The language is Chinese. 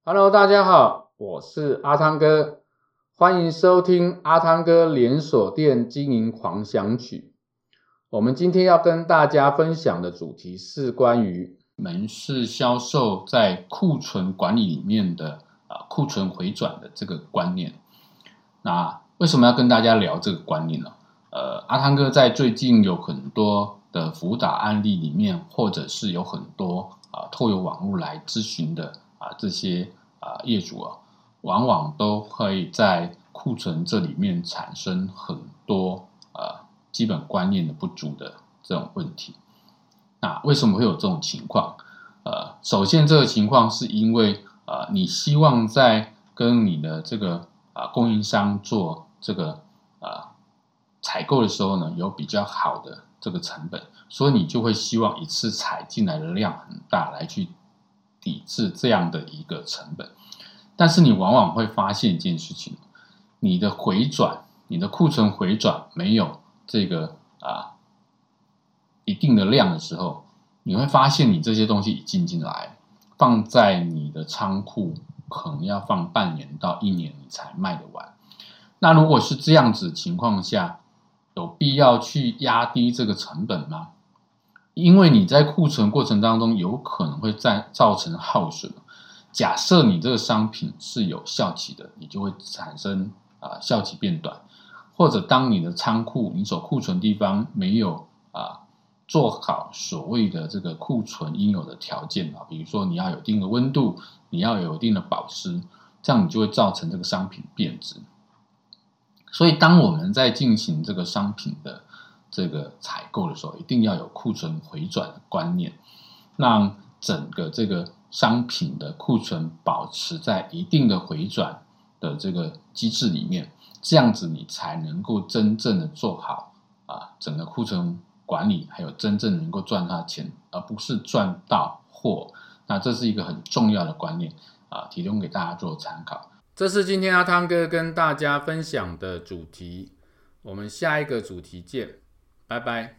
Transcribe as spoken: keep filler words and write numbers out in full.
Hello， 大家好，我是阿汤哥，欢迎收听阿汤哥连锁店经营狂想曲。我们今天要跟大家分享的主题是关于门市销售在库存管理里面的、呃、库存回转的这个观念。那为什么要跟大家聊这个观念呢？呃，阿汤哥在最近有很多的辅导案例里面，或者是有很多啊、呃、透过网络来咨询的啊、呃、这些啊、呃、业主啊，往往都会在库存这里面产生很多呃基本观念的不足的这种问题。那为什么会有这种情况？呃，首先这个情况是因为呃你希望在跟你的这个啊、呃、供应商做这个呃采购的时候呢，有比较好的这个成本，所以你就会希望一次采进来的量很大，来去抵制这样的一个成本。但是你往往会发现一件事情，你的回转，你的库存回转没有这个啊一定的量的时候，你会发现你这些东西一进进来，放在你的仓库，可能要放半年到一年你才卖得完。那如果是这样子情况下，有必要去压低这个成本吗？因为你在库存过程当中有可能会造成耗损。假设你这个商品是有效期的，你就会产生啊、呃、效期变短，或者当你的仓库你所库存地方没有啊、呃、做好所谓的这个库存应有的条件啊，比如说你要有一定的温度，你要有一定的保湿，这样你就会造成这个商品变质。所以当我们在进行这个商品的这个采购的时候，一定要有库存回转的观念，让整个这个商品的库存保持在一定的回转的这个机制里面，这样子你才能够真正的做好啊整个库存管理，还有真正能够赚到钱，而不是赚到货。那这是一个很重要的观念啊，提供给大家做参考。这是今天阿汤哥跟大家分享的主题，我们下一个主题见，拜拜。